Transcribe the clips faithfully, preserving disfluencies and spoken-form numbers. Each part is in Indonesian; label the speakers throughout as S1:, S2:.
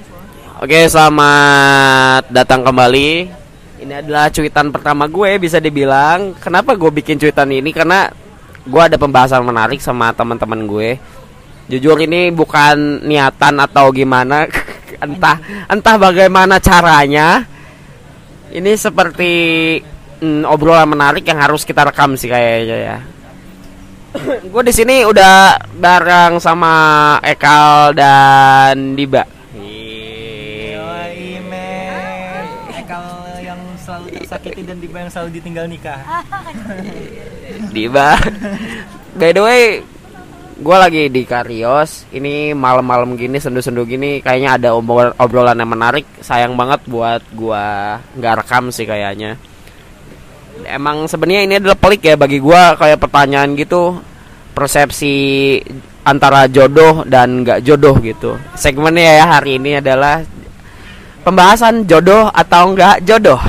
S1: Oke, selamat datang kembali. Ini adalah cuitan pertama gue, bisa dibilang. Kenapa gue bikin cuitan ini? Karena gue ada pembahasan menarik sama teman-teman gue. Jujur ini bukan niatan atau gimana, entah entah bagaimana caranya. Ini seperti mm, obrolan menarik yang harus kita rekam sih kayaknya ya. Gue di sini udah bareng sama Ekal dan Diba.
S2: Sakiti dan Diba yang selalu ditinggal nikah.
S1: Diba. By the way, gue lagi di Karios. Ini malam-malam gini, sendu-sendu gini, kayaknya ada obrol- obrolan yang menarik. Sayang banget buat gue nggak rekam sih kayaknya. Emang sebenarnya ini adalah pelik ya bagi gue, kayak pertanyaan gitu, persepsi antara jodoh dan nggak jodoh gitu. Segmennya ya hari ini adalah pembahasan jodoh atau nggak jodoh.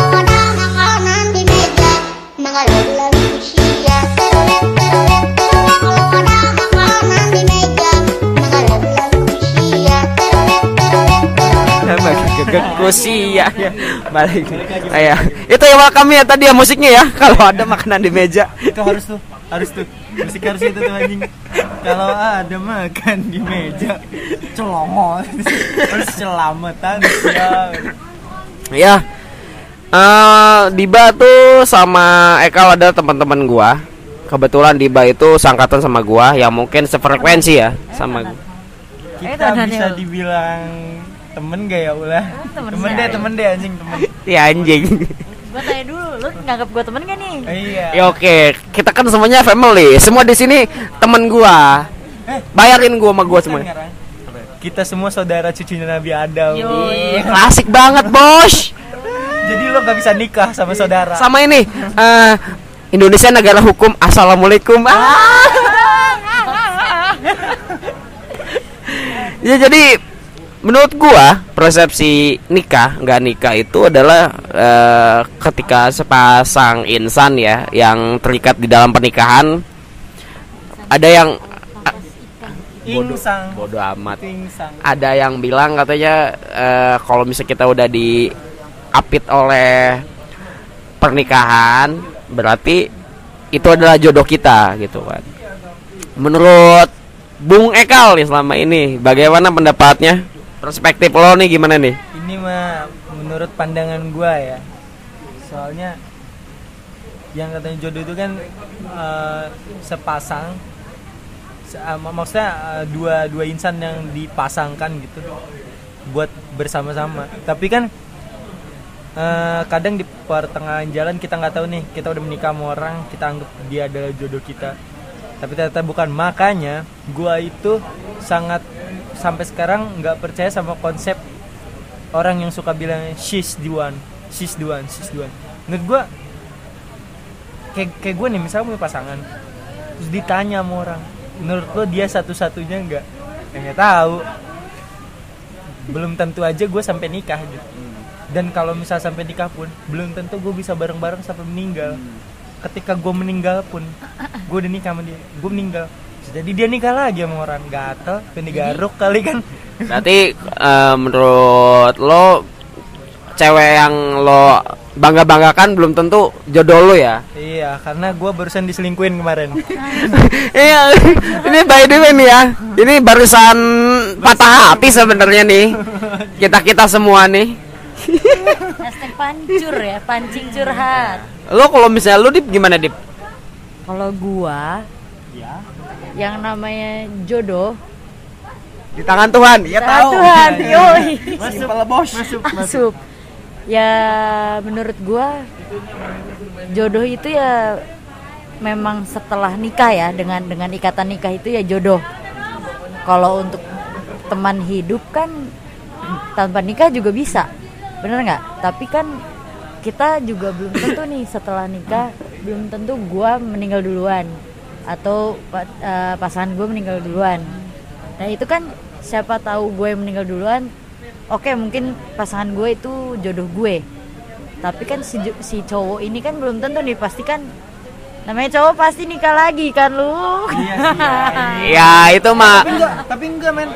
S1: Kusia ya balik kayak itu ya welcome ya tadi ya musiknya ya kalau ada makanan di meja
S2: itu harus tuh harus tuh musik harus itu tuh anjing kalau ada makan di meja celongo harus selamatan ya
S1: ya. Uh, Diba tuh sama Ekal ada teman-teman gua. Kebetulan Diba itu sangkatan sama gua yang mungkin sefrekuensi ya sama gua.
S2: Kita bisa dibilang temen gak ya ulah? Temen, temen deh, temen deh anjing temen.
S1: Ya anjing.
S3: Gua tanya dulu, lu nganggap gua temen gak nih?
S2: Iya.
S1: Ya oke, kita kan semuanya family. Semua di sini temen gua. Bayarin gua sama gua semua.
S2: Kita semua saudara cucunya Nabi Adam.
S1: Ih, klasik banget, Bos.
S2: Jadi lo gak bisa nikah sama saudara.
S1: Sama ini, uh, Indonesia negara hukum. Assalamualaikum. Ah. Ya jadi menurut gua persepsi nikah nggak nikah itu adalah uh, ketika sepasang insan ya yang terikat di dalam pernikahan ada yang uh, bodoh, bodoh amat. Ingsang. Ada yang bilang katanya uh, kalau misalnya kita udah diapit oleh pernikahan berarti itu adalah jodoh kita gitu kan. Menurut Bung Ekal nih selama ini bagaimana pendapatnya? Perspektif lo nih gimana nih?
S2: Ini mah menurut pandangan gua ya. Soalnya yang katanya jodoh itu kan uh, sepasang se- uh, maksudnya uh, dua dua insan yang dipasangkan gitu buat bersama-sama. Tapi kan uh, kadang di pertengahan jalan kita nggak tahu nih, kita udah menikah sama orang, kita anggap dia adalah jodoh kita. Tapi ternyata bukan. Makanya gua itu sangat sampai sekarang nggak percaya sama konsep orang yang suka bilang she's the one, she's the one, she's the one. Menurut gue kayak kayak gue nih misalnya punya pasangan, terus ditanya sama orang, menurut lo dia satu-satunya nggak? Ya nggak tahu. Belum tentu aja gue sampai nikah gitu. Dan kalau misal sampai nikah pun belum tentu gue bisa bareng-bareng sampai meninggal. Ketika gue meninggal pun gue udah nikah sama dia, gue meninggal. Jadi dia nikah lagi sama orang gatel, pengen digaruk kali kan.
S1: Berarti uh, menurut lo cewek yang lo bangga-banggakan belum tentu jodoh lo ya?
S2: Iya, karena gue barusan diselingkuhin kemarin.
S1: Iya, ini by the way nih ya. Ini barusan patah hati sebenarnya nih. Kita-kita semua nih.
S3: Hashtag pancur ya, pancing curhat.
S1: Lo kalau misalnya lo Dip gimana Dip?
S3: Kalau gua
S2: Ya.
S3: yang namanya jodoh
S1: Di tangan Tuhan.
S3: ya tahu. Tuhan, yoi.
S2: Masuk pala bos. Masuk,
S3: Masuk. Ya menurut gua jodoh itu ya memang setelah nikah ya, dengan dengan ikatan nikah itu ya jodoh. Kalau untuk teman hidup kan tanpa nikah juga bisa. Bener nggak? Tapi kan kita juga belum tentu nih setelah nikah, belum tentu gua meninggal duluan atau uh, pasangan gue meninggal duluan. Nah itu kan siapa tahu gue meninggal duluan, oke okay, mungkin pasangan gue itu jodoh gue. Tapi kan si, si cowok ini kan belum tentu nih, pasti kan namanya cowok pasti nikah lagi kan lu.
S2: Iya sih. Ya,
S1: ya itu mah.
S2: Tapi enggak, tapi enggak men.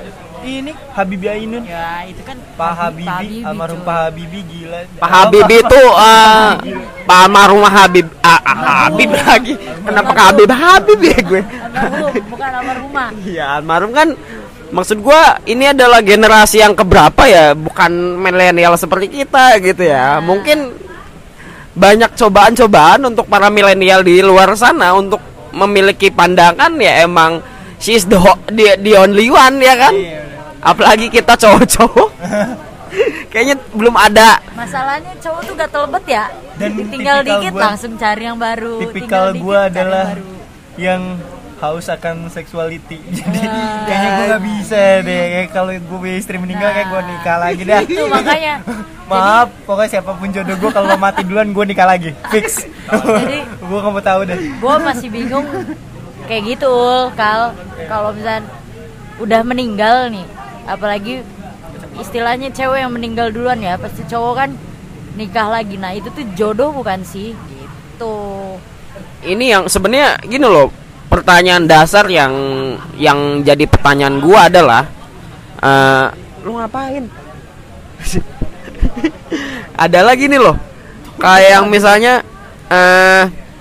S2: ini Habibie Ainun.
S3: Ya itu kan
S2: Pak
S3: Habib-
S2: Habibie, almarhum
S3: cuy.
S2: Pak Habibie gila.
S1: Pak Habibie itu uh, Pak almarhum Habib ah, ah, Habib lagi. Kenapa ke Habib Habib ya gue?
S3: Almarhum, bukan almarhumah.
S1: Iya, almarhum kan maksud gua ini adalah generasi yang keberapa ya, bukan milenial seperti kita gitu ya. Mungkin banyak cobaan-cobaan untuk para milenial di luar sana untuk memiliki pandangan ya emang she's the, ho- the, the only one ya kan. Apalagi kita cowok-cowok. Kayaknya belum ada.
S3: Masalahnya cowok tuh gatel bet ya.
S2: Dan
S3: Ditinggal
S2: tipikal
S3: dikit
S2: gua-
S3: langsung cari yang baru.
S2: Tipikal
S3: Tinggal
S2: gue
S3: dikit, cari
S2: adalah
S3: yang baru.
S2: yang haus akan sexuality. Jadi
S3: Nah.
S2: kayaknya gue gak bisa deh. Kayak kalau gue punya istri meninggal kayak gue nikah lagi dah.
S3: Itu makanya.
S2: Maaf, pokoknya siapapun jodoh gue kalau mati duluan gue nikah lagi, fix.
S3: Jadi
S2: Gue gak mau tahu deh.
S3: gue masih bingung kayak gitu Kal, kalau misalnya udah meninggal nih, apalagi istilahnya cewek yang meninggal duluan ya, pasti cowok kan nikah lagi. Nah itu tuh jodoh bukan sih gitu.
S1: Ini yang sebenarnya gini loh, pertanyaan dasar yang yang jadi pertanyaan gua adalah uh, lu ngapain? Ada lagi nih loh, kayak yang misalnya uh,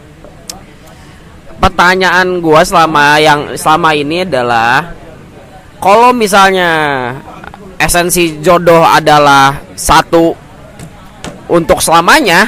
S1: pertanyaan gua selama yang selama ini adalah kalau misalnya esensi jodoh adalah satu untuk selamanya,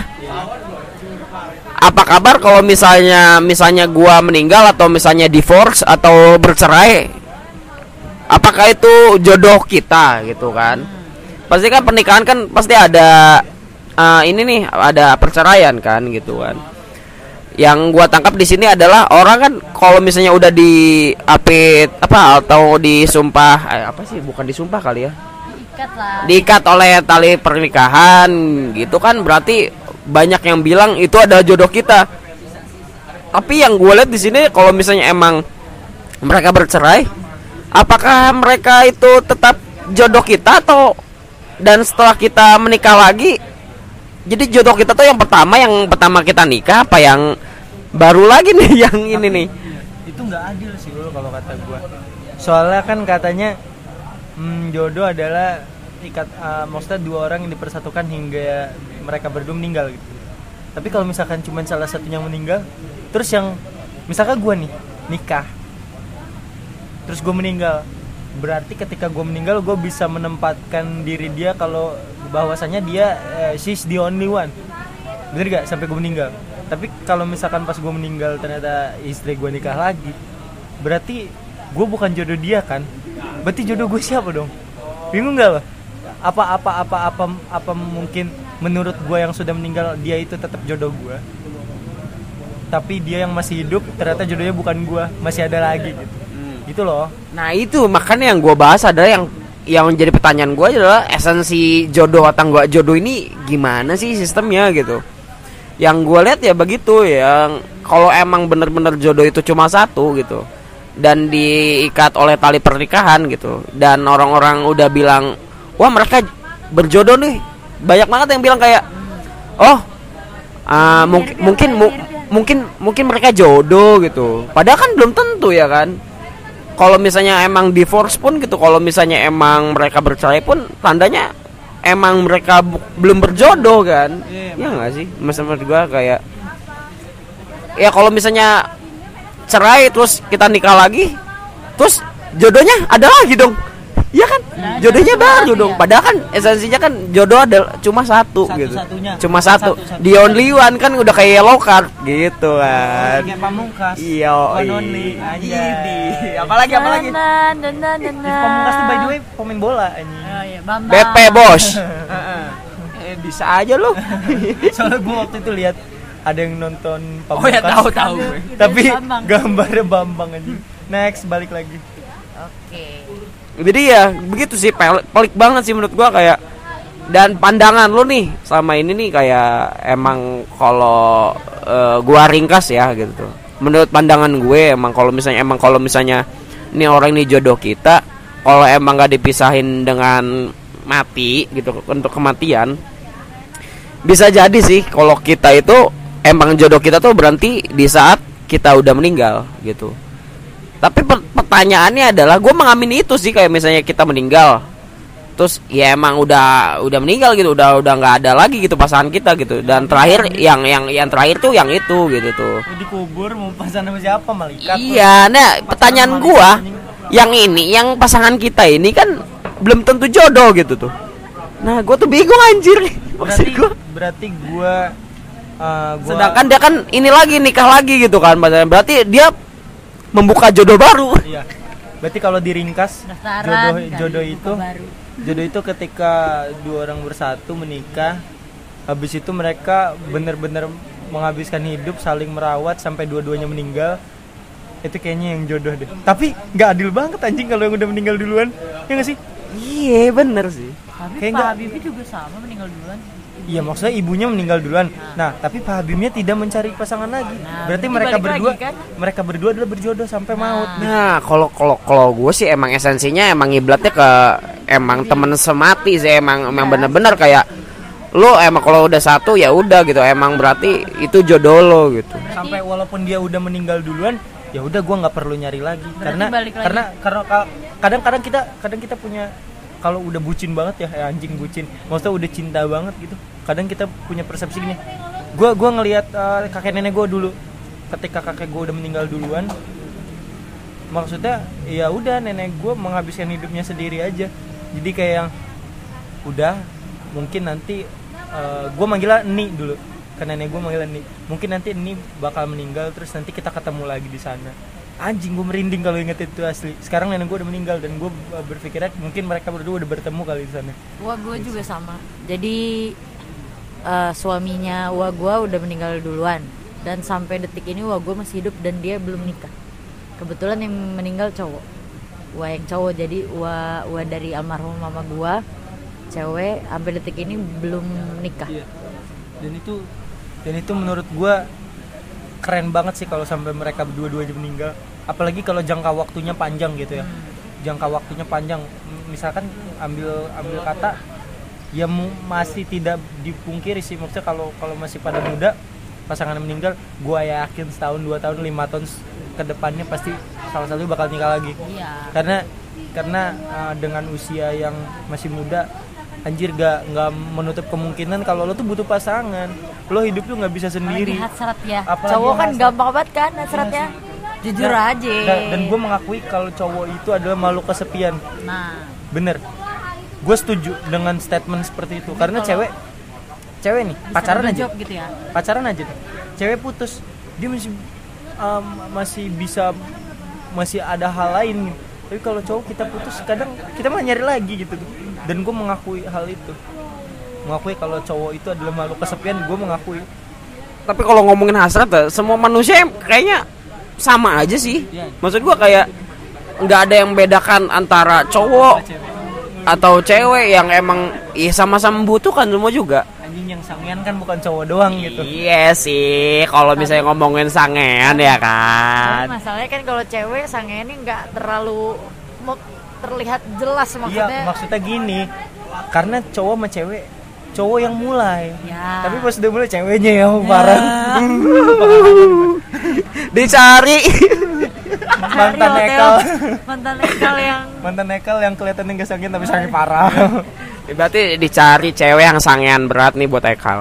S1: apa kabar kalau misalnya misalnya gua meninggal atau misalnya divorce atau bercerai? Apakah itu jodoh kita gitu kan? Pasti kan pernikahan kan pasti ada uh, ini nih, ada perceraian kan gitu kan. Yang gua tangkap di sini adalah orang kan kalau misalnya udah diapit apa atau disumpah eh, apa sih bukan disumpah kali ya,
S3: Diikat lah.
S1: diikat oleh tali pernikahan gitu kan, berarti banyak yang bilang itu adalah jodoh kita. Tapi yang gue lihat di sini kalau misalnya emang mereka bercerai, apakah mereka itu tetap jodoh kita atau dan setelah kita menikah lagi jadi jodoh kita tuh yang pertama yang pertama kita nikah apa yang baru lagi nih yang ini nih?
S2: Itu nggak adil sih lo kalau kata gue. Soalnya kan katanya hmm, jodoh adalah ikat uh, maksudnya dua orang yang dipersatukan hingga mereka berdua meninggal gitu. Tapi kalau misalkan cuma salah satunya yang meninggal, terus yang misalkan gue nih nikah, terus gue meninggal, berarti ketika gue meninggal gue bisa menempatkan diri dia kalau bahwasanya dia uh, she's the only one, bener gak sampai gue meninggal. Tapi kalau misalkan pas gue meninggal ternyata istri gue nikah lagi, berarti gue bukan jodoh dia kan? Berarti jodoh gue siapa dong? Bingung gak lo? Apa apa apa apa apa mungkin menurut gue yang sudah meninggal dia itu tetap jodoh gue, tapi dia yang masih hidup ternyata jodohnya bukan gue, masih ada lagi gitu. Hmm. Gitu loh.
S1: Nah itu makanya yang gue bahas adalah yang yang jadi pertanyaan gue adalah esensi jodoh atau enggak jodoh ini gimana sih sistemnya gitu. Yang gue lihat ya begitu, yang kalau emang bener-bener jodoh itu cuma satu gitu dan diikat oleh tali pernikahan gitu, dan orang-orang udah bilang wah mereka berjodoh nih, banyak banget yang bilang kayak oh uh, mungkin mungkin mu- mungkin mungkin mereka jodoh gitu, padahal kan belum tentu ya kan. Kalau misalnya emang divorce pun gitu, kalau misalnya emang mereka bercerai pun tandanya emang mereka bu- belum berjodoh kan. Yeah, ya nggak sih, mas menurut gua kayak ya kalau misalnya cerai terus kita nikah lagi terus jodohnya ada lagi dong, ya kan, jodohnya baru dong, padahal kan esensinya kan jodoh adalah cuma satu, gitu, cuma satu, the only one kan udah kayak yellow card gitu kan.
S2: Kayak Pamungkas.
S1: Iya,
S2: One only aja.
S1: Apalagi apalagi.
S2: Pamungkas tuh by the way pemain bola anjing.
S3: Oh, iya, Bambang.
S1: B P bos. eh, bisa aja lu.
S2: Soalnya gue waktu itu lihat ada yang nonton Pamungkas.
S1: Oh ya tahu tahu.
S2: Tapi
S3: Bambang.
S2: gambarnya Bambang anjing. Next balik lagi.
S3: Oke.
S1: Jadi ya begitu sih, pelik, pelik banget sih menurut gua kayak. Dan pandangan lu nih sama ini nih kayak emang kalau uh, gua ringkas ya gitu tuh. Menurut pandangan gue emang kalau misalnya emang kalau misalnya ini orang ini jodoh kita, kalau emang gak dipisahin dengan mati gitu untuk kematian, bisa jadi sih kalau kita itu emang jodoh kita tuh berhenti di saat kita udah meninggal gitu. Tapi per- pertanyaannya adalah gue mengamini itu sih, kayak misalnya kita meninggal, terus ya emang udah udah meninggal gitu, udah udah nggak ada lagi gitu pasangan kita gitu, dan terakhir yang yang yang terakhir tuh yang itu gitu tuh.
S2: Dikubur mau pasangan sama siapa, malaikat?
S1: Iya, nah pertanyaan gue yang ini, yang pasangan kita ini kan belum tentu jodoh gitu tuh. Nah gue tuh bingung anjir.
S2: Berarti
S1: gua.
S2: berarti gue uh, gua...
S1: sedangkan dia kan ini lagi nikah lagi gitu kan, berarti dia membuka jodoh baru.
S2: Iya. Berarti kalau diringkas,
S3: Dasaran,
S2: jodoh jodoh itu
S3: baru.
S2: jodoh itu ketika dua orang bersatu menikah, habis itu mereka benar-benar menghabiskan hidup saling merawat sampai dua-duanya meninggal. Itu kayaknya yang jodoh deh. Tapi nggak adil banget anjing kalau yang udah meninggal duluan, ya nggak sih?
S1: Iya bener sih.
S3: Tapi
S2: Kayak
S3: Pak
S2: nggak-
S3: Habibie juga sama meninggal duluan.
S2: Iya, maksudnya ibunya meninggal duluan. Nah, tapi Pak Habibnya tidak mencari pasangan lagi.
S3: Nah,
S2: Berarti
S3: berarti
S2: mereka
S3: balik
S2: berdua,
S3: lagi, kan?
S2: mereka berdua adalah berjodoh sampai maut.
S1: Nah kalau kalau kalau gue sih emang esensinya emang ngiblatnya ke emang temen semati sih, emang emang bener-bener kayak lo emang kalau udah satu ya udah gitu, emang berarti itu jodoh lo gitu.
S2: Sampai walaupun dia udah meninggal duluan, ya udah gue nggak perlu nyari lagi.
S3: Berarti
S2: Karena
S3: balik lagi.
S2: karena karena ka- kadang-kadang kita kadang kita punya, kalau udah bucin banget ya, eh, anjing bucin, maksudnya udah cinta banget gitu. Kadang kita punya persepsi gini. Gue gua ngelihat uh, kakek nenek gue dulu, ketika kakek gue udah meninggal duluan, maksudnya ya udah nenek gue menghabiskan hidupnya sendiri aja. Jadi kayak yang udah mungkin nanti uh, gue manggilnya Eni dulu, ke nenek gue manggilnya Eni. Mungkin nanti Eni bakal meninggal, terus nanti kita ketemu lagi di sana. Anjing, gue merinding kalau inget itu asli. Sekarang nenek gue udah meninggal dan gue berpikirnya mungkin mereka berdua udah bertemu kali di sana.
S3: Wah, gue juga sama. Jadi eh, suaminya Wah gue udah meninggal duluan, dan sampai detik ini Wah gue masih hidup dan dia belum nikah. Kebetulan yang meninggal cowok, Wah yang cowok. Jadi Wah Wah dari almarhum mama gue cewek, sampai detik ini belum nikah.
S2: Iya. Dan itu dan itu menurut gue keren banget sih kalau sampai mereka berdua-duanya meninggal. Apalagi kalau jangka waktunya panjang gitu ya. Jangka waktunya panjang. Misalkan ambil ambil kata ya mu- masih tidak dipungkiri sih, maksudnya kalau kalau masih pada muda pasangan meninggal, gue yakin setahun, dua tahun, lima tahun ke depannya pasti salah satu bakal nikah lagi.
S3: Iya.
S2: Karena karena uh, dengan usia yang masih muda, anjir gak nggak menutup kemungkinan kalau lo tuh butuh pasangan. Lo hidup tuh nggak bisa sendiri.
S3: Apalagi hasrat ya.
S2: Apalagi
S3: Cowok kan
S2: hasrat.
S3: gampang banget kan hasratnya. Jujur
S2: Dan-
S3: aja.
S2: Dan, dan gue mengakui kalau cowok itu adalah makhluk kesepian.
S3: Nah,
S2: Bener. Gue setuju dengan statement seperti itu. Karena
S3: kalau-
S2: cewek, cewek nih
S3: bisa
S2: pacaran
S3: double
S2: aja,
S3: job gitu ya.
S2: pacaran aja. nih. Cewek putus, dia masih um, masih bisa masih ada hal lain. Gitu. Tapi kalau cowok kita putus, kadang kita malah nyari lagi gitu. Dan gue mengakui hal itu. Mengakui kalau cowok itu adalah makhluk kesepian, gue mengakui.
S1: Tapi kalau ngomongin hasrat ya, semua manusia kayaknya sama aja sih. Maksud gua kayak nggak ada yang bedakan antara cowok atau cewek yang emang ya sama-sama membutuhkan semua juga.
S2: Anjing, yang sangean kan bukan cowok doang gitu.
S1: Iya sih, kalau misalnya ngomongin sangean ya
S3: Tapi
S1: kan.
S3: masalahnya kan kalau cewek sange ini nggak terlalu mo- terlihat jelas
S2: Iya,
S3: maksudnya.
S2: maksudnya gini. Karena cowok sama cewek, cowok yang mulai.
S3: Ya.
S2: Tapi pas udah mulai ceweknya yang parah.
S1: Dicari.
S2: Mantan
S3: Cari
S2: nekal.
S3: hotel, mantan nekal yang
S2: Mantan nekal yang kelihatannya nggak sakit tapi sakit parah.
S1: Ya, berarti dicari cewek yang sangean berat nih buat Ekal.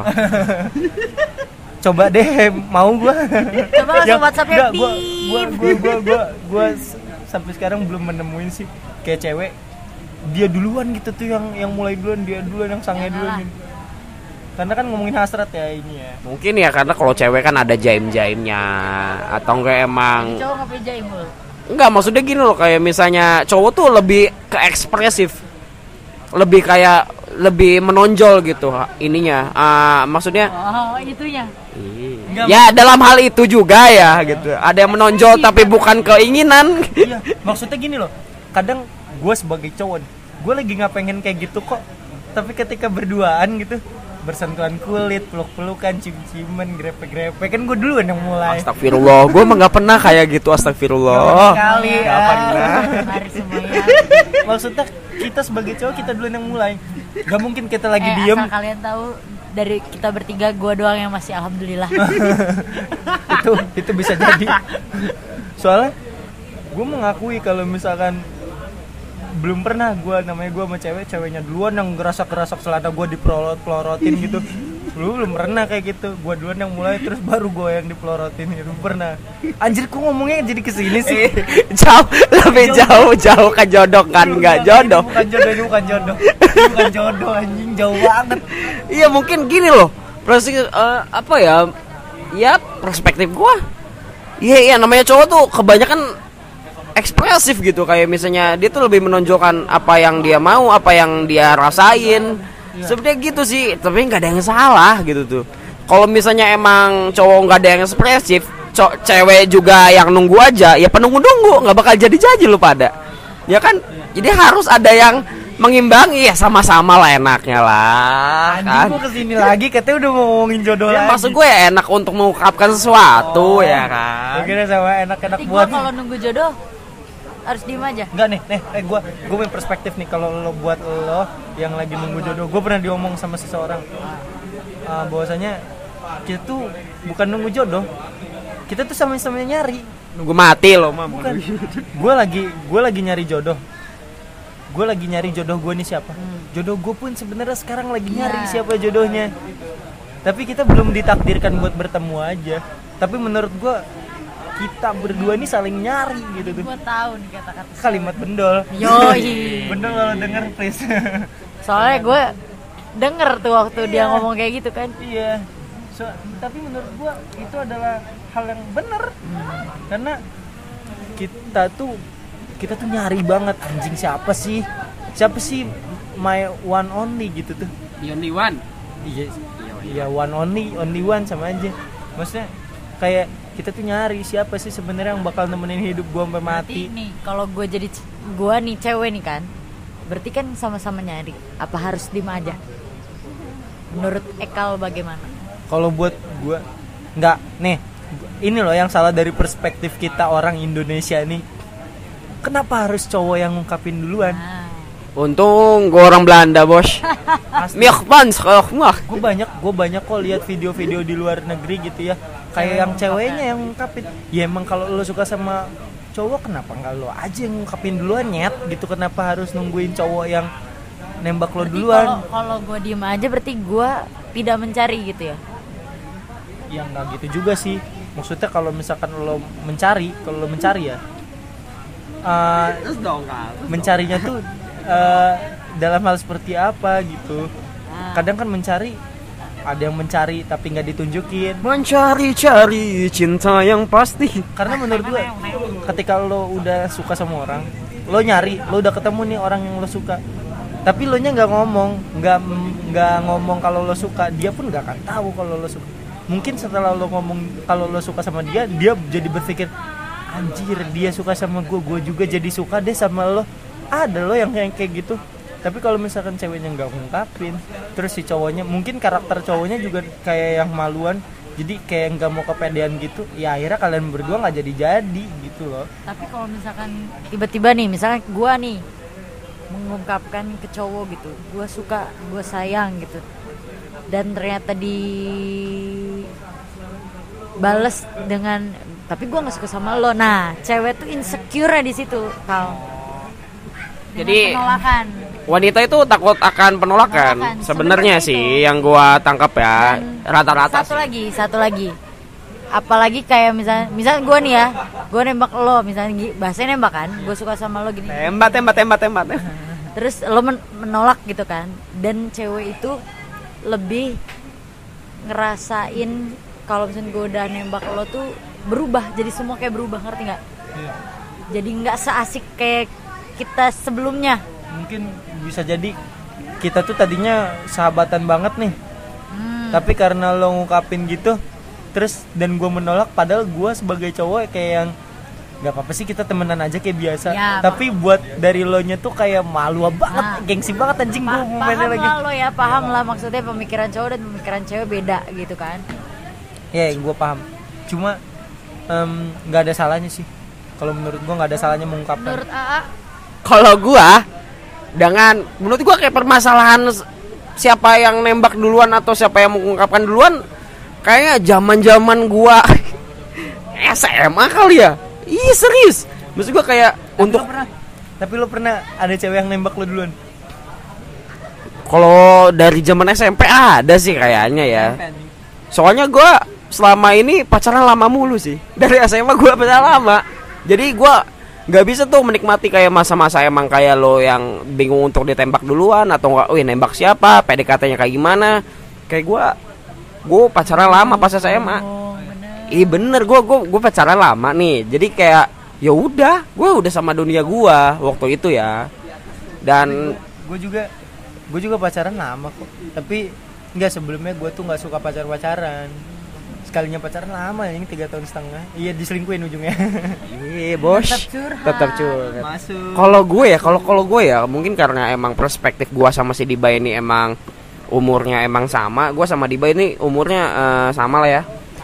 S2: Coba deh, mau gua.
S3: Coba langsung WhatsApp-nya,
S2: enggak, gua, gua,
S3: Bim.
S2: gua, gua, gua, gua s- sampai sekarang belum menemuin sih kayak cewek dia duluan gitu tuh, yang yang mulai duluan, dia duluan yang sange duluan. Gitu. Karena kan ngomongin hasrat ya ini ya.
S1: Mungkin ya karena kalau cewek kan ada jaim-jaimnya atau enggak emang.
S3: cowok nggak punya jaim mulu.
S1: Enggak, maksudnya gini loh, kayak misalnya cowok tuh lebih ke ekspresif, lebih kayak lebih menonjol gitu ininya. Ah, maksudnya
S3: Oh, itunya.
S2: Enggak,
S1: ya dalam hal itu juga ya gitu. Ada yang menonjol tapi bukan keinginan.
S2: Iya, maksudnya gini loh. Kadang gue sebagai cowok, gue lagi nggak pengen kayak gitu kok. Tapi ketika berduaan gitu, bersentuhan kulit, peluk-pelukan, cium-ciuman, grepe-grepe, kan gue duluan yang mulai.
S1: Astagfirullah, gue emang gak pernah kayak gitu, astagfirullah.
S2: Kali
S1: Gak
S2: ah.
S1: pernah.
S3: Mari semuanya.
S2: Maksudnya kita sebagai cowok, kita duluan yang mulai. Gak mungkin kita lagi
S3: eh,
S2: diem.
S3: asal kalian tahu, dari kita bertiga gua doang yang masih alhamdulillah.
S2: itu itu bisa jadi. Soalnya gue mengakui kalau misalkan belum pernah gue namanya gue sama cewek, ceweknya duluan yang gerasak-gerasak celana gue dipelorot-pelorotin gitu. Lu belum pernah kayak gitu, gue duluan yang mulai terus baru gue yang dipelorotin gitu. Pernah. Anjir, kok ngomongnya jadi kesini sih?
S1: Jauh, lebih jauh, jauh ke jodoh kan, nggak jodoh.
S2: Bukan jodoh, ini bukan jodoh. Ini bukan jodoh anjing, jauh banget.
S1: Iya mungkin gini loh, perspektif uh, apa ya? Ya perspektif gue. Iya iya namanya cowok tuh kebanyakan ekspresif gitu, kayak misalnya dia tuh lebih menonjolkan apa yang dia mau, apa yang dia rasain. Ya. Sebenarnya gitu sih, tapi nggak ada yang salah gitu tuh. Kalau misalnya emang cowok nggak ada yang ekspresif, co- cewek juga yang nunggu aja, ya penunggu-nunggu nggak bakal jadi-jadi lu pada, ya kan? Jadi harus ada yang mengimbangi, ya sama-sama lah enaknya lah.
S2: Anjing,
S1: kan?
S2: Gue kesini lagi katanya udah mau ngomongin jodoh
S1: Ya,
S2: lagi.
S1: maksud gue ya enak untuk mengungkapkan sesuatu,
S2: Oh,
S1: ya kan?
S2: Gue kira sama enak-enak
S3: Jadi
S2: buat.
S3: gua kalau nunggu jodoh harus diem aja.
S2: Enggak nih, nih, eh gue gue punya perspektif nih kalau lo buat lo yang lagi nunggu jodoh. Gue pernah diomong sama seseorang uh, bahwasanya kita tuh bukan nunggu jodoh, kita tuh sama-sama nyari.
S1: Nunggu mati loh, mam.
S2: Bukan. Gue lagi gue lagi nyari jodoh. Gue lagi nyari jodoh gue nih siapa? Jodoh gue pun sebenarnya sekarang lagi nyari
S3: Iya.
S2: siapa jodohnya. Tapi kita belum ditakdirkan buat bertemu aja. Tapi menurut gue kita berdua nih saling nyari gitu tuh.
S3: Gua tahu nih kata-kata
S2: Kalimat bendol.
S3: Yoi.
S2: Bendol kalau denger please.
S3: Soalnya gue denger tuh waktu dia
S2: Iya.
S3: ngomong kayak gitu kan.
S2: Iya. So, tapi menurut gua itu adalah hal yang benar. Karena kita tuh kita tuh nyari banget anjing siapa sih? Siapa sih my one only gitu tuh.
S1: The only one.
S2: Iya. Iya one only, only one sama aja. Maksudnya kayak kita tuh nyari siapa sih sebenarnya yang bakal nemenin hidup gua sampai mati.
S3: Berarti nih kalau gue jadi c- gua nih cewek nih kan, berarti kan sama-sama nyari. Apa harus diem aja? Menurut Ekal bagaimana?
S2: Kalau buat gua nggak nih, ini loh yang salah dari perspektif kita orang Indonesia nih. Kenapa harus cowok yang ngungkapin duluan?
S3: Nah,
S1: Untung gue orang Belanda, bos.
S2: Asli.
S1: Miakpans kalau mah.
S2: Gue banyak gue banyak kok lihat video-video di luar negeri gitu ya, kayak yang ceweknya yang ngungkapin. Ya emang kalau lo suka sama cowok, kenapa nggak lo aja yang ngungkapin duluan, nyet gitu? Kenapa harus nungguin cowok yang nembak lo
S3: berarti
S2: duluan?
S3: kalau kalau gue diem aja berarti gue tidak mencari gitu ya?
S2: Ya nggak gitu juga sih. Maksudnya kalau misalkan lo mencari, kalau lo mencari ya, uh,
S1: Terus dong kan.
S2: mencarinya tuh uh, dalam hal seperti apa gitu.
S3: Nah,
S2: Kadang kan mencari, ada yang mencari tapi nggak ditunjukin.
S1: Mencari-cari cinta yang pasti.
S2: Karena menurut gue ketika lo udah suka sama orang, lo nyari, lo udah ketemu nih orang yang lo suka, tapi lo nya nggak ngomong, nggak nggak ngomong kalau lo suka, dia pun nggak akan tahu kalau lo suka. Mungkin setelah lo ngomong kalau lo suka sama dia, dia jadi berpikir, anjir dia suka sama gue, gue juga jadi suka deh sama lo. Ada lo yang kayak kayak gitu. Tapi kalau misalkan ceweknya nggak ngungkapin, terus si cowoknya, mungkin karakter cowoknya juga kayak yang maluan, jadi kayak nggak mau kepedean gitu, ya akhirnya kalian berdua nggak jadi-jadi gitu loh.
S3: tapi kalau misalkan tiba-tiba nih, misalnya gue nih mengungkapkan ke cowok gitu, gue suka, gue sayang gitu, dan ternyata di bales dengan tapi gue nggak suka sama lo. Nah, cewek tuh insecure di situ, Kal. Dengan
S1: Jadi
S3: penolakan.
S1: wanita itu takut akan penolakan.
S3: Penolakan,
S1: Sebenarnya
S3: sebenarnya
S1: sih
S3: itu.
S1: yang gua tangkap ya
S3: Dan
S1: rata-rata
S3: Satu
S1: sih.
S3: lagi, satu lagi. Apalagi kayak misalnya, misalnya gue nih ya, gue nembak lo, misalnya gi- bahasanya nembak kan, gue suka sama lo gini.
S1: Tembak, tembak, tembak, tembak.
S3: Terus lo men- menolak gitu kan, dan cewek itu lebih ngerasain kalau misalnya gue udah nembak lo tuh berubah, jadi semua kayak berubah, ngerti nggak? Jadi nggak seasik kayak kita sebelumnya.
S2: Mungkin bisa jadi kita tuh tadinya sahabatan banget nih,
S3: Hmm.
S2: tapi karena lo ngungkapin gitu, terus dan gue menolak, padahal gue sebagai cowok kayak yang nggak apa-apa sih kita temenan aja kayak biasa.
S3: Ya,
S2: Tapi buat dari lo nya tuh kayak malu banget,
S3: Nah.
S2: gengsi banget anjing gue
S3: Pa-
S2: momennya
S3: paham
S2: lagi.
S3: lah lo ya, paham lah maksudnya pemikiran cowok dan pemikiran cewek beda gitu kan.
S2: Ya, gue paham. Cuma em, nggak ada salahnya sih. Kalau menurut gue nggak ada salahnya mengungkapkan.
S3: Menurut A A,
S1: Kalau gua dengan menurut gua kayak permasalahan s- siapa yang nembak duluan atau siapa yang mengungkapkan duluan, kayaknya zaman-zaman gua S M A kali ya. Ih serius. Maksud gue kayak
S2: tapi
S1: untuk
S2: lo pernah, tapi lo pernah ada cewek yang nembak lo duluan?
S1: kalau dari zaman S M P ada sih kayaknya ya. Soalnya gue selama ini pacaran lama mulu sih. Dari S M A gue pacaran lama. Jadi gue nggak bisa tuh menikmati kayak masa-masa emang kayak lo yang bingung untuk ditembak duluan atau nggak, wih nembak siapa, P D K T-nya kayak gimana. Kayak gue, gue pacaran lama pas S M A.
S3: Oh, bener.
S1: Ih bener, gue gue gue pacaran lama nih. Jadi kayak ya udah, gue udah sama dunia gue waktu itu ya. Dan
S2: Gue juga, gue juga pacaran lama kok. Tapi nggak, sebelumnya gue tuh nggak suka pacar pacaran. Sekalinya pacaran lama, ini tiga tahun setengah. Iya, diselingkuhin ujungnya.
S1: iya bos,
S3: Tetap curhat.
S1: tetap curhat.
S2: Masuk.
S1: Kalau gue ya, kalau kalau gue ya mungkin karena emang perspektif gue sama si Diba ini emang umurnya emang sama. Gue sama Diba ini umurnya uh, sama lah ya.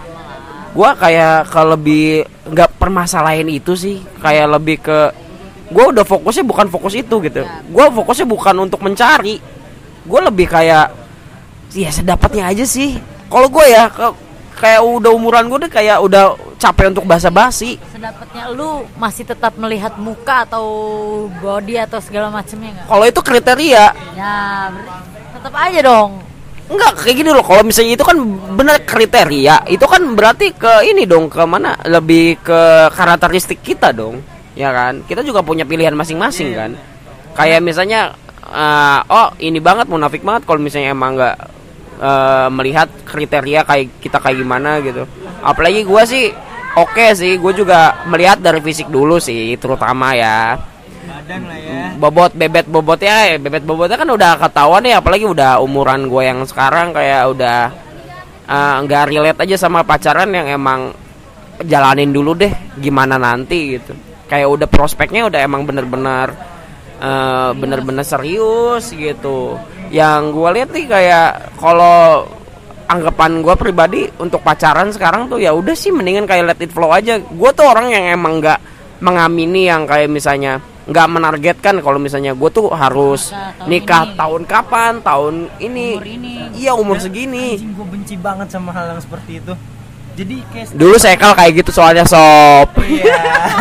S1: Gue kayak ke lebih nggak permasalahin itu sih, kayak lebih ke gue udah fokusnya bukan fokus itu gitu. Gue fokusnya bukan untuk mencari. Gue lebih kayak ya sedapatnya aja sih. Kalau gue ya ke, kayak udah umuran gue deh kayak udah capek untuk basa-basi.
S3: Sedapatnya lu masih tetap melihat muka atau body atau segala macamnya nggak?
S1: Kalau itu kriteria.
S3: Ya ber- tetap aja dong.
S1: Enggak kayak gini loh, kalau misalnya itu kan benar kriteria, itu kan berarti ke ini dong, ke mana? Lebih ke karakteristik kita dong. Ya kan? Kita juga punya pilihan masing-masing kan. Kayak misalnya uh, oh, ini banget munafik banget kalau misalnya emang enggak uh, melihat kriteria kayak kita kayak gimana gitu. Apalagi gue sih oke okay sih, gue juga melihat dari fisik dulu sih, terutama ya.
S2: Badan lah ya.
S1: Bobot bebet bobotnya, bebet bobotnya kan udah ketahuan ya, apalagi udah umuran gue yang sekarang kayak udah nggak uh, relate aja sama pacaran yang emang jalanin dulu deh gimana nanti gitu. Kayak udah prospeknya udah emang bener-bener uh, bener-bener serius gitu. Yang gue lihat nih kayak kalau anggapan gue pribadi untuk pacaran sekarang tuh ya udah sih mendingan kayak let it flow aja. Gue tuh orang yang emang nggak mengamini yang kayak misalnya nggak menargetkan kalau misalnya gue tuh harus
S3: tahun
S1: nikah
S3: ini.
S1: tahun kapan, tahun ini,
S3: Umur ini.
S1: iya umur segini.
S2: Anjing, gue benci banget sama hal yang seperti itu. Jadi kayak
S1: Dulu saya kal kayak gitu soalnya sob.
S2: Iya,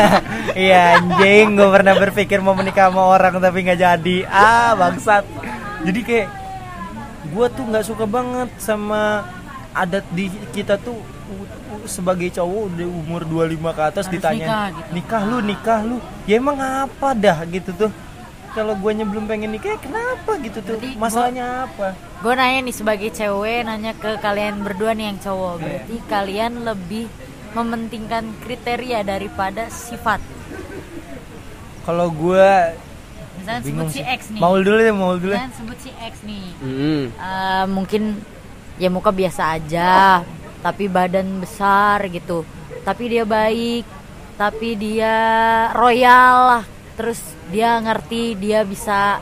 S2: iya anjing, gue pernah berpikir mau menikah sama orang tapi nggak jadi. Ah bangsat. Jadi kayak gue tuh nggak suka banget sama adat di kita tuh sebagai cowok udah umur dua puluh lima ke atas
S3: harus
S2: ditanya
S3: nikah, gitu.
S2: nikah lu nikah lu ya emang apa dah gitu tuh. Kalau guanya belum pengen nikah kenapa gitu tuh,
S3: Berarti
S2: masalahnya apa?
S3: Gue nanya nih sebagai cewek, nanya ke kalian berdua nih yang cowok. Berarti kalian lebih mementingkan kriteria daripada sifat.
S2: Kalau gue
S3: Misalnya
S2: bingung
S3: sebut si
S2: sih.
S3: X nih.
S2: Maul dulu deh, maul dulu.
S3: Misalnya sebut si X nih.
S1: Mm.
S3: Eh, mungkin ya muka biasa aja, tapi badan besar gitu. Tapi dia baik, tapi dia royal lah. Terus dia ngerti, dia bisa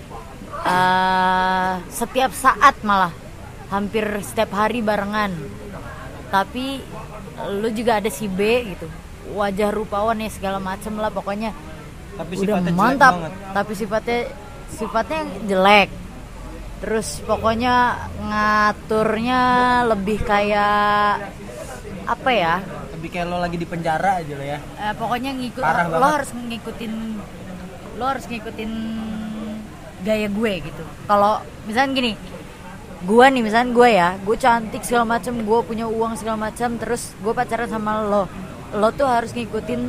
S3: uh, setiap saat malah hampir setiap hari barengan. Tapi lu juga ada si B gitu, wajah rupawan ya segala macem lah pokoknya.
S2: Tapi
S3: Udah
S2: sifatnya jelek
S3: mantap.
S2: banget.
S3: Tapi sifatnya sifatnya jelek. Terus pokoknya ngaturnya lebih kayak apa ya?
S2: Lebih kayak lo lagi di penjara aja lo ya.
S3: Eh, pokoknya ngikut
S2: Parah
S3: lo
S2: banget.
S3: harus ngikutin lo harus ngikutin gaya gue gitu. Kalau misalnya gini, gue nih misalnya gue ya, gue cantik segala macam, gue punya uang segala macam, terus gue pacaran sama lo, lo tuh harus ngikutin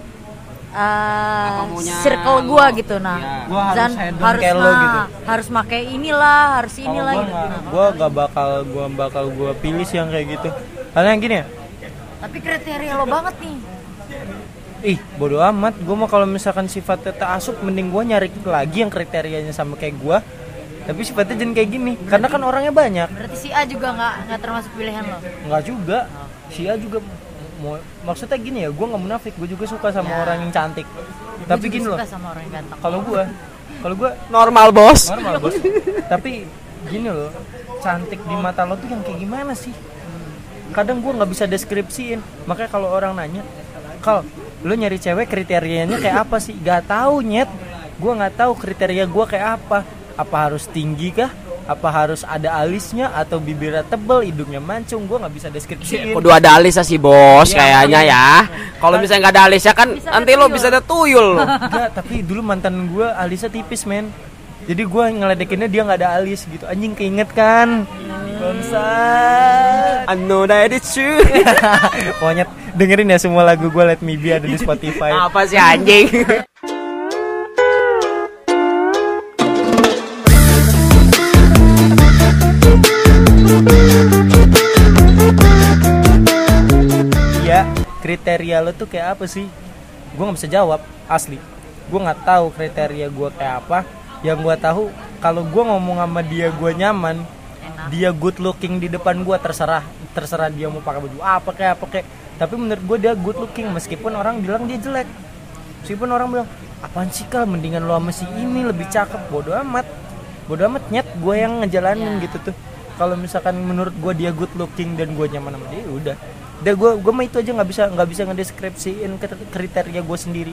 S3: uh, circle gue gitu. Nah,
S1: Ya.
S2: Gua harus
S3: dan
S2: hedon
S3: harus
S2: kayak lo
S3: nah,
S2: gitu.
S3: harus pakai inilah, harus inilah
S2: Kalau
S3: gitu.
S2: gua nggak, gua gak bakal gua bakal gua pilih sih yang kayak gitu. Karena yang gini ya,
S3: Tapi kriteria lo banget nih.
S2: ih bodo amat. Gua mah kalau misalkan sifatnya tak asup, mending gua nyari lagi yang kriterianya sama kayak gua. Tapi sifatnya jangan kayak gini. Karena kan orangnya banyak.
S3: Berarti si A juga nggak nggak termasuk pilihan lo.
S2: Enggak juga. Si A juga mau, maksudnya gini ya, gua nggak munafik. Gua juga suka sama
S3: Ya.
S2: orang yang cantik.
S3: Gue
S2: Tapi
S3: juga
S2: gini loh.
S3: suka sama orang yang ganteng.
S2: Kalau gua, kalau gua
S1: Normal bos.
S2: normal bos. Tapi gini loh, cantik di mata lo tuh yang kayak gimana sih? Kadang gue nggak bisa deskripsiin. Makanya kalau orang nanya, Kal, lo nyari cewek kriterianya kayak apa sih? Gak tahu nyet. Gue nggak tahu kriteria gue kayak apa. Apa harus tinggi kah? Apa harus ada alisnya atau bibirnya tebel, hidungnya mancung? Gue nggak bisa deskripsiin.
S1: Kudu ada alisnya sih bos,
S2: Ya,
S1: kayaknya ya. Kalau misalnya nggak ada alisnya kan
S3: Bisa
S1: nanti
S3: ada
S1: lo
S3: tuyul.
S1: bisa ada tuyul lo.
S2: Enggak, tapi dulu mantan gue alisnya tipis men. Jadi gue ngeledekinnya dia nggak ada alis gitu. Anjing keinget kan? Bangsat.
S1: I know that it's true.
S2: Monyet, dengerin ya semua lagu gue Let Me Be ada di Spotify.
S1: Apa sih anjing?
S2: Iya, kriteria lo tuh kayak apa sih? Gue nggak bisa jawab, asli. Gue nggak tahu kriteria gue kayak apa. Yang gue tahu kalau gue ngomong sama dia gue nyaman, dia good looking di depan gue, terserah terserah dia mau pakai baju apa kayak apa kayak. Tapi menurut gue dia good looking meskipun orang bilang dia jelek. Meskipun orang bilang apaan sih Kal, mendingan lo sama si ini lebih cakep. Bodoh amat, bodoh amat nyet. Gue yang ngejalanin
S3: Ya.
S2: gitu tuh. Kalau misalkan menurut gue dia good looking dan gue nyaman sama dia, udah. Udah gue gue mah itu aja, nggak bisa nggak bisa ngedeskripsiin kriteria gue sendiri.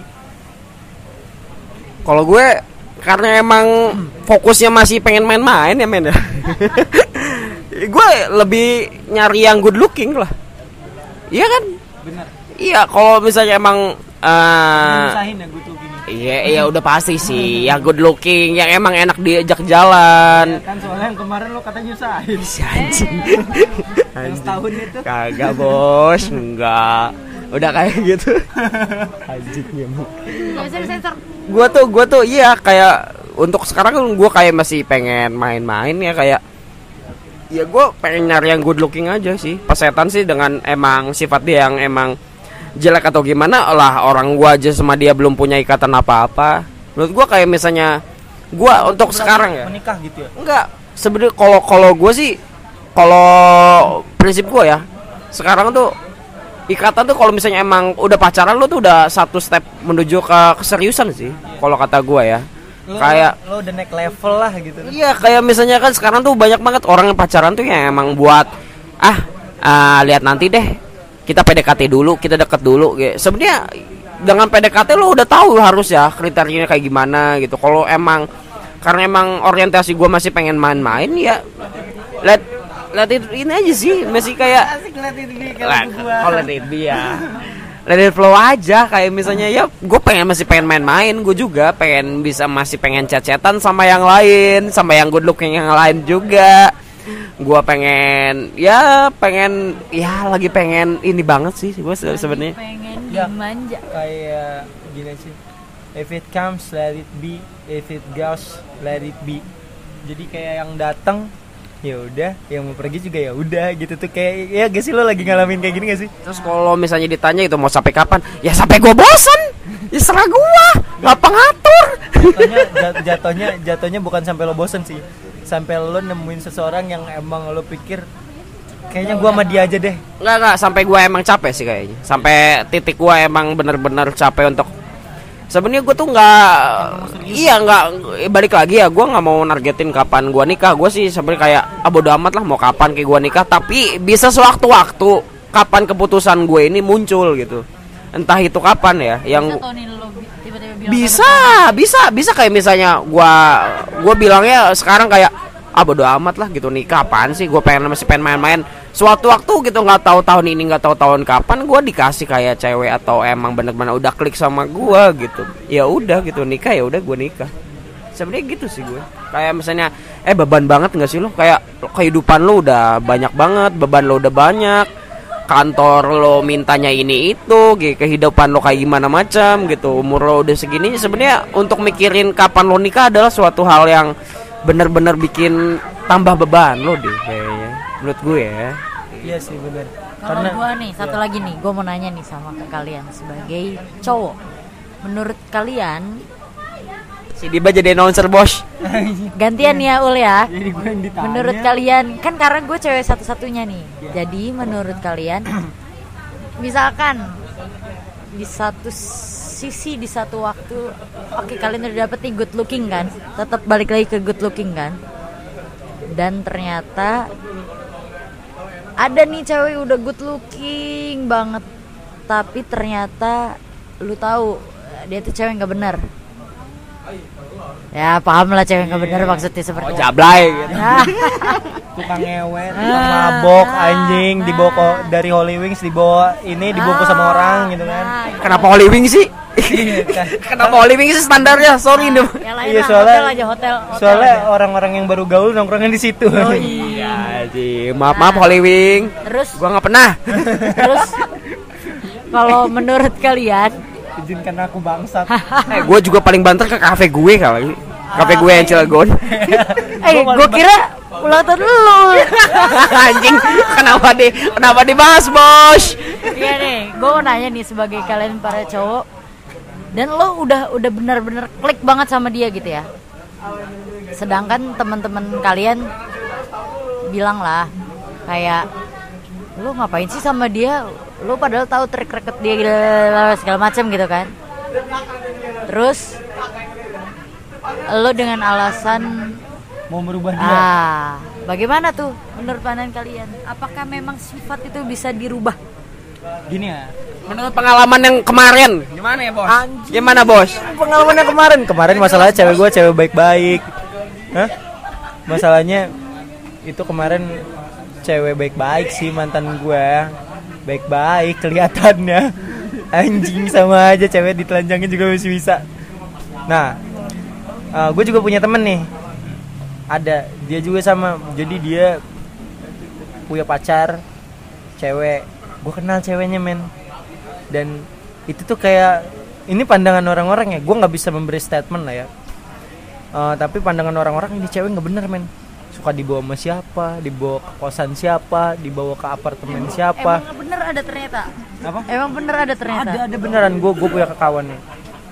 S1: Kalau gue karena emang fokusnya masih pengen main-main ya men ya. Gue lebih nyari yang good looking lah. Iya kan?
S2: Benar.
S1: Iya, kalau misalnya emang eh,
S2: Nyusahin ya good looking.
S1: iya iya udah pasti sih yang good looking, yang emang enak diajak jalan.
S2: Kan soalnya yang kemarin lo kata nyusahin.
S1: Si anjing.
S2: Yang setahun itu.
S1: Kagak bos, enggak. Udah kayak gitu. Anjing nyamuk.
S3: Nggak bisa disensor.
S1: Gua tuh gua tuh iya kayak untuk sekarang kan gua kayak masih pengen main-main ya, kayak ya gua pengen nyari yang good looking aja sih. Pesetan sih dengan emang sifat dia yang emang jelek atau gimana lah, orang gua aja sama dia belum punya ikatan apa-apa. Menurut gua kayak misalnya gua untuk
S2: Berarti
S1: sekarang ya.
S2: menikah gitu ya.
S1: Enggak, sebenarnya kalau kalau gua sih, kalau prinsip gua ya, sekarang tuh ikatan tuh kalau misalnya emang udah pacaran lu tuh udah satu step menuju ke keseriusan sih. Kalau kata gua ya.
S2: Lo,
S1: Kayak
S2: lo udah naik level lah gitu.
S1: iya, kayak misalnya kan sekarang tuh banyak banget orang yang pacaran tuh yang emang buat ah, ah lihat nanti deh. Kita P D K T dulu, kita deket dulu gitu. Sebenarnya dengan P D K T lo udah tahu harus ya kriterianya kayak gimana gitu. Kalau emang karena emang orientasi gue masih pengen main-main ya, let let it ini aja sih, masih kayak
S2: Asik ngeliatin dia
S1: let,
S2: kalau gua.
S1: oh, let it be ya. Let it flow aja, kayak misalnya ya gue pengen masih pengen main-main, gue juga pengen bisa masih pengen chat-chatan sama yang lain, sama yang good looking yang lain juga. Gua pengen ya pengen ya lagi pengen ini banget sih gue sebenarnya.
S3: Pengen
S2: Ya.
S3: dimanja.
S2: Kayak gini sih. If it comes let it be, if it goes let it be. Jadi kayak yang datang ya udah, yang mau pergi juga ya udah gitu tuh. Kayak ya gak sih, lo lagi ngalamin kayak gini gak sih?
S1: Terus kalau misalnya ditanya itu mau sampai kapan, ya sampai gue bosan, ya serah gue, ngapa ngatur.
S2: Jatuhnya jat- jatuhnya jatuhnya bukan sampai lo bosen sih, sampai lo nemuin seseorang yang emang lo pikir kayaknya gua sama dia aja deh.
S1: Nggak nggak sampai gue emang capek sih kayaknya, sampai titik gue emang bener-bener capek untuk sebenarnya gue tuh nggak iya nggak balik lagi ya, gue nggak mau nargetin kapan gue nikah. Gue sih sebenarnya kayak ah bodo amat lah mau kapan kayak gue nikah, tapi bisa sewaktu-waktu kapan keputusan gue ini muncul gitu, entah itu kapan ya yang
S3: Bisa tahun ini lo bi- tiba-tiba bilang
S1: bisa bisa bisa kayak misalnya gua gua bilangnya sekarang kayak ah bodo amat lah gitu, nikah apaan sih, gue pengen masih pengen main-main suatu waktu gitu, nggak tahu tahun ini nggak tahu tahun kapan gue dikasih kayak cewek atau emang bener-bener udah klik sama gua gitu, ya udah gitu nikah, ya udah gue nikah. Sebenarnya gitu sih gue, kayak misalnya eh beban banget nggak sih lo, kayak kehidupan lo udah banyak banget, beban lo udah banyak, kantor lo mintanya ini itu, gitu, kehidupan lo kayak gimana macam gitu, umur lo udah segini, sebenarnya untuk mikirin kapan lo nikah adalah suatu hal yang bener-bener bikin tambah beban lo deh kayaknya, menurut gue ya.
S2: Iya sih benar.
S3: Kalau gue nih satu lagi nih, gue mau nanya nih sama ke kalian sebagai cowok, menurut kalian
S1: Si Diba jadi announcer bos.
S3: gantian ya Ul ya.
S2: Jadi gue yang ditanya.
S3: Menurut kalian kan karena gue cewek satu-satunya nih, jadi menurut kalian misalkan di satu sisi di satu waktu oke kalian udah dapet nih good looking kan, tetap balik lagi ke good looking kan, dan ternyata ada nih cewek udah good looking banget tapi ternyata lu tahu dia tuh cewek nggak benar, Ya paham lah cewek nggak bener maksudnya seperti
S1: Oh,
S3: apa.
S1: jablay gitu.
S3: Nah,
S2: Tukang ngewe, tukang mabok, anjing dibawa ko- dari Holy Wings dibawa ini dibungkus sama orang gitu kan.
S3: nah,
S1: Kenapa Holy Wings sih?
S2: Iya kan.
S1: Kenapa Holy Wings sih standarnya? Sorry nih.
S3: yang lain
S2: Iya,
S3: lah,
S2: soalnya-
S3: hotel aja hotel, hotel
S2: Soalnya
S3: aja.
S2: orang-orang yang baru gaul nongkrongnya di situ.
S3: Oh, iya.
S1: Ya, sih. Maaf maaf Holy Wing.
S3: Terus
S1: Gua nggak pernah.
S3: terus kalau menurut kalian
S2: Izinkan aku bangsat.
S1: Eh, gue juga paling banter ke kafe gue kali. Kafe gue yang Cilegon.
S3: eh gue kira ulang tahun lu.
S1: Anjing, kenapa di kenapa dibahas, Bos?
S3: Iya nih, gue mau nanya nih sebagai kalian para cowok, dan lo udah udah benar-benar klik banget sama dia gitu ya. Sedangkan teman-teman kalian bilang lah kayak lu ngapain sih sama dia? Lu padahal tahu track record dia gila, segala macam gitu kan. Terus lo dengan alasan
S2: Mau merubah dia.
S3: ah, bagaimana tuh menurut pandangan kalian? Apakah memang sifat itu bisa dirubah?
S2: Gini ya.
S1: Menurut pengalaman yang kemarin, gimana ya, Bos? Gimana, Bos?
S2: Pengalamannya kemarin, kemarin masalahnya cewek gue cewek baik-baik. Hah? Masalahnya itu kemarin cewek baik-baik sih mantan gue. Baik-baik kelihatannya. Anjing sama aja cewek ditelanjangin juga masih bisa. Nah, uh, gue juga punya temen nih. Ada, dia juga sama. Jadi dia punya pacar cewek. Gue kenal ceweknya men. Dan itu tuh kayak ini pandangan orang-orang ya. Gue nggak bisa memberi statement lah ya. Uh, tapi pandangan orang-orang ini cewek nggak bener men. Suka dibawa sama siapa, dibawa ke kosan siapa, dibawa ke apartemen siapa.
S3: Emang bener ada ternyata.
S2: Apa?
S3: Emang bener ada ternyata.
S2: Ada, ada beneran. Gue gue punya kawan nih.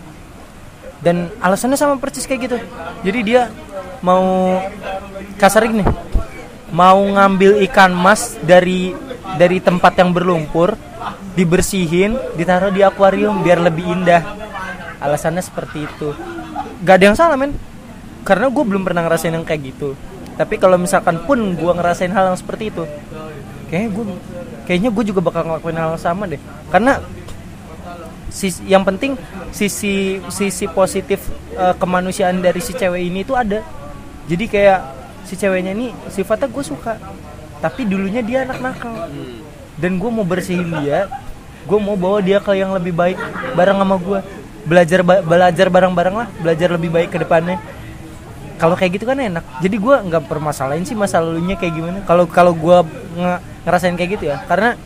S2: Dan alasannya sama persis kayak gitu. Jadi dia mau kasar gini, mau ngambil ikan mas dari dari tempat yang berlumpur, dibersihin, ditaruh di akuarium biar lebih indah. Alasannya seperti itu. Gak ada yang salah men, karena gue belum pernah ngerasain yang kayak gitu. Tapi kalau misalkan pun gue ngerasain hal yang seperti itu, kayaknya gue kayaknya gue juga bakal ngelakuin hal yang sama deh. Karena sisi, yang penting sisi sisi positif uh, kemanusiaan dari si cewek ini itu ada. Jadi kayak si ceweknya ini sifatnya gue suka, tapi dulunya dia anak nakal. Dan gue mau bersihin dia, gue mau bawa dia ke yang lebih baik bareng sama gue. Belajar ba- belajar bareng-bareng lah, belajar lebih baik ke depannya. Kalau kayak gitu kan enak. Jadi gue nggak permasalahin sih masa lalunya kayak gimana. Kalau kalau gue nge- ngerasain kayak gitu ya, karena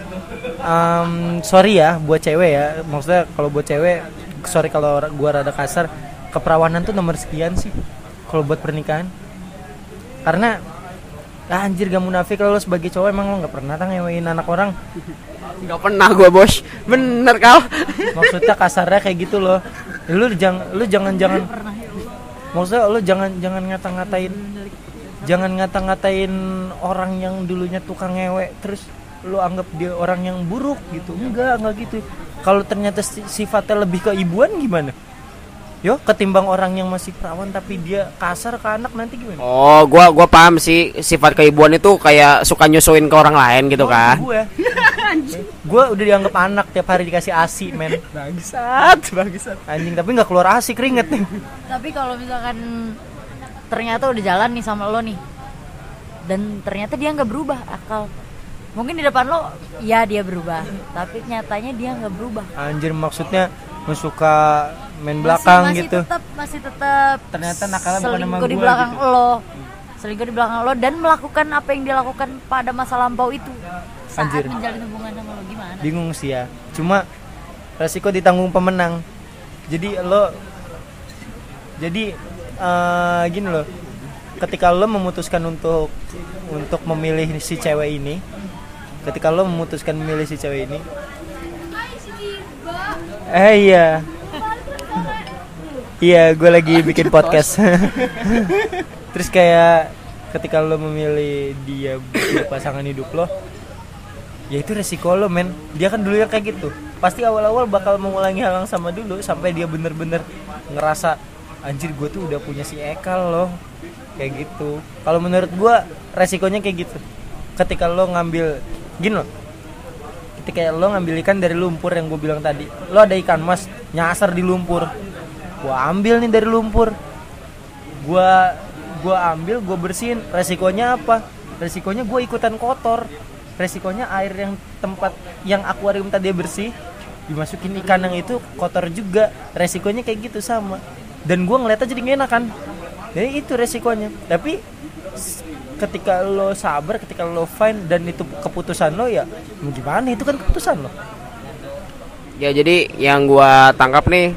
S2: um, sorry ya buat cewek ya. Maksudnya kalau buat cewek, sorry kalau gue rada kasar. Keperawanan tuh nomor sekian sih. Kalau buat pernikahan. Karena ah, anjir gak munafik kalau lo sebagai cowok emang lo nggak pernah tang ngewein anak orang.
S1: Nggak pernah gue, Bos. Bener kau.
S2: Maksudnya kasarnya kayak gitu loh. Lu jangan lu jangan jangan maksudnya lu jangan jangan ngata-ngatain jangan ngata-ngatain orang yang dulunya tukang ngewe terus lu anggap dia orang yang buruk gitu. Enggak, enggak gitu. Kalau ternyata sifatnya lebih ke ibuan gimana? Yo, ketimbang orang yang masih perawan tapi dia kasar ke anak nanti gimana?
S1: Oh, gua gua paham sih sifat keibuan itu kayak suka nyusuin ke orang lain gitu kan.
S2: Gue gue udah dianggap anak tiap hari dikasih asi men.
S1: Bangsat, bangsat.
S2: Anjing tapi nggak keluar asi keringet nih.
S3: Tapi kalau misalkan ternyata udah jalan nih sama lo nih, dan ternyata dia nggak berubah akal. Mungkin di depan lo, ya dia berubah, tapi nyatanya dia nggak berubah.
S2: Anjir maksudnya suka main belakang
S3: masih,
S2: gitu.
S3: Masih tetap, masih tetap.
S2: Ternyata nakalnya bukan sama
S3: selingkuh di
S2: gua
S3: belakang
S2: gitu.
S3: lo, selingkuh di belakang lo dan melakukan apa yang dilakukan pada masa lampau itu saat
S2: Anjir.
S3: menjalin hubungan sama lo gimana?
S2: Bingung sih ya. Cuma resiko ditanggung pemenang. Jadi lo jadi uh, gini loh. Ketika lo memutuskan untuk untuk memilih si cewek ini, ketika lo memutuskan memilih si cewek ini, eh iya, iya gue lagi bikin podcast. Terus kayak ketika lo memilih dia buat pasangan hidup lo, ya itu resiko lo men. Dia kan dulunya kayak gitu. Pasti awal-awal bakal mengulangi hal yang sama dulu sampai dia bener-bener ngerasa anjir gue tuh udah punya si Ekal loh. Kayak gitu. Kalau menurut gue resikonya kayak gitu. Ketika lo ngambil gini loh. Ketika lo ngambil ikan dari lumpur yang gue bilang tadi, lo ada ikan mas nyasar di lumpur. gue ambil nih dari lumpur, gue gue ambil, gue bersihin. Resikonya apa? Resikonya gue ikutan kotor. Resikonya air yang tempat yang akuarium tadi bersih dimasukin ikan yang itu kotor juga. Resikonya kayak gitu sama. Dan gue ngeliatnya jadi gak enak kan. Jadi itu resikonya. Tapi ketika lo sabar, ketika lo fine dan itu keputusan lo, ya mau gimana, itu kan keputusan lo.
S1: Ya jadi yang gua tangkap nih,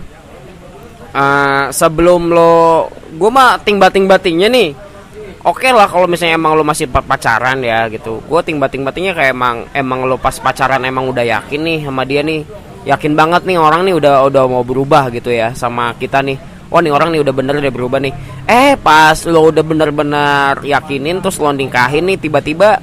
S1: uh, sebelum lo, gua mah ting-bating-batingnya nih. Oke lah kalau misalnya emang lo masih pacaran ya gitu. Gua ting-bating-batingnya kayak emang emang lo pas pacaran emang udah yakin nih sama dia nih. Yakin banget nih orang nih udah udah mau berubah gitu ya sama kita nih. Oh nih orang nih udah bener udah berubah nih. Eh pas lo udah bener-bener yakinin terus lo nikahin nih, tiba-tiba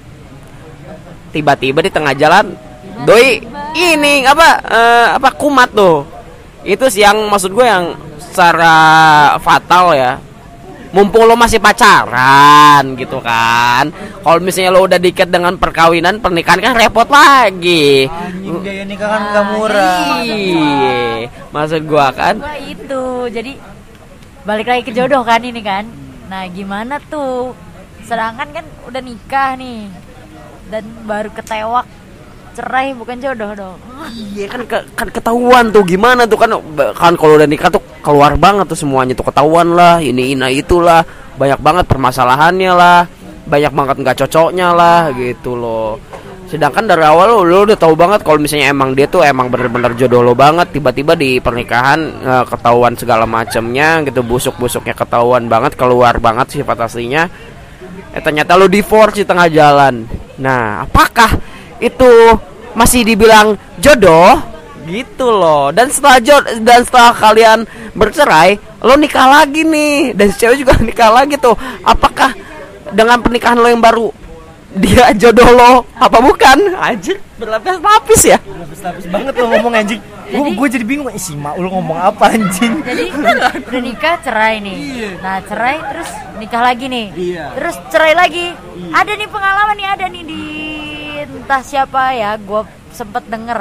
S1: Tiba-tiba di tengah jalan doi ini apa uh, apa kumat tuh. Itu sih yang maksud gue yang secara fatal ya. Mumpung lo masih pacaran gitu kan. Kalau misalnya lo udah diikat dengan perkawinan, pernikahan kan repot lagi.
S2: Anjing, biaya nikah kan gak murah.
S1: Iya, maksud gua kan
S3: Gua itu. Jadi balik lagi ke jodoh kan ini kan. Nah, gimana tuh? Sedangkan kan udah nikah nih. Dan baru ketewak cerai, bukan jodoh dong.
S1: iya kan ke, kan ketahuan tuh gimana tuh kan kan kalau udah nikah tuh keluar banget tuh semuanya tuh ketahuan lah, ini ini itulah, banyak banget permasalahannya lah, banyak banget nggak cocoknya lah gitu loh. Sedangkan dari awal lo, lo udah tahu banget kalau misalnya emang dia tuh emang bener-bener jodoh lo banget, tiba-tiba di pernikahan uh, ketahuan segala macamnya gitu, busuk-busuknya ketahuan banget, keluar banget sifat aslinya. Eh ternyata lo divorce di tengah jalan. Nah, apakah itu masih dibilang jodoh gitu loh? Dan setelah jod- dan setelah kalian bercerai, lo nikah lagi nih, dan si cewek juga nikah lagi tuh. Apakah dengan pernikahan lo yang baru dia jodoh lo apa bukan? Anjir, berlapis-lapis ya.
S2: Berlapis-lapis banget lo ngomong anjing. Gue gue jadi bingung, isi mak lu ngomong apa anjing.
S3: Jadi udah nikah cerai nih.
S2: Iya.
S3: Nah cerai terus nikah lagi nih.
S2: Iya.
S3: Terus cerai lagi.
S2: Iya.
S3: Ada nih pengalaman nih, ada nih di entah siapa ya, gue sempet denger.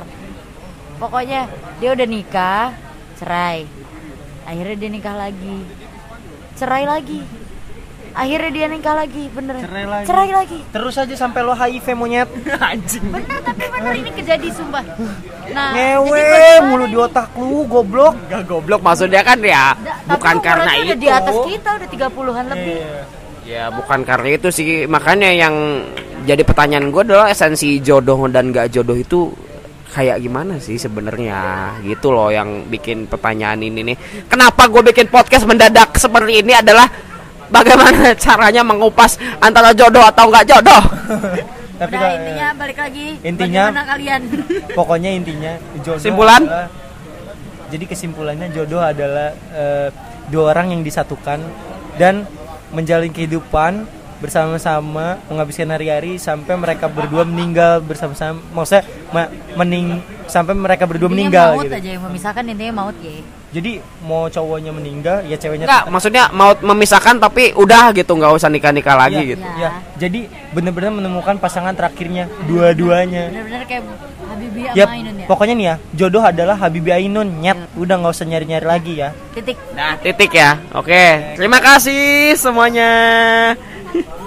S3: Pokoknya dia udah nikah, cerai. Akhirnya dia nikah lagi, cerai lagi. Akhirnya dia nikah lagi, bener.
S2: Cerai lagi.
S3: Cerai lagi.
S2: Terus aja sampai lo H I V monyet. Anjing.
S3: Bener, tapi bener ini kejadi sumpah. Nah,
S2: Ngewe
S3: jadi
S2: mulu di otak lu, goblok.
S1: Gak goblok maksudnya kan ya,
S3: Da-
S1: bukan
S3: tapi
S1: karena
S3: umurnya
S1: itu.
S3: udah di atas kita, udah tiga puluhan lebih.
S2: Iya.
S1: Ya bukan karena itu sih, makanya yang jadi pertanyaan gue adalah esensi jodoh dan gak jodoh itu kayak gimana sih sebenarnya gitu loh, yang bikin pertanyaan ini nih. Kenapa gue bikin podcast mendadak seperti ini adalah bagaimana caranya mengupas antara jodoh atau nggak jodoh.
S2: Tapi
S3: Nah,
S2: ka-
S3: intinya balik lagi.
S2: Intinya-
S3: Bagaimana kalian?
S2: pokoknya intinya jodoh
S1: Kesimpulan?
S2: adalah- jadi kesimpulannya jodoh adalah eh, dua orang yang disatukan dan menjalin kehidupan bersama-sama, menghabiskan hari-hari sampai mereka berdua meninggal bersama-sama. Maksudnya ma- mening sampai mereka berdua
S3: Intinya
S2: meninggal
S3: maut
S2: gitu.
S3: aja yang memisahkan, intinya maut ya.
S2: Jadi mau cowoknya meninggal ya ceweknya
S1: Nggak,
S2: tetap-
S1: maksudnya mau memisahkan tapi udah gitu, nggak usah nikah-nikah lagi
S2: Iya,
S1: gitu.
S2: ya. Jadi benar-benar menemukan pasangan terakhirnya dua-duanya.
S3: Bener-bener kayak Habibie
S2: Ya,
S3: sama Ainun ya.
S2: pokoknya nih ya, jodoh adalah Habibie Ainun, nyet. Udah nggak usah nyari-nyari lagi ya.
S3: Titik.
S1: Nah, titik ya. Oke, terima kasih semuanya.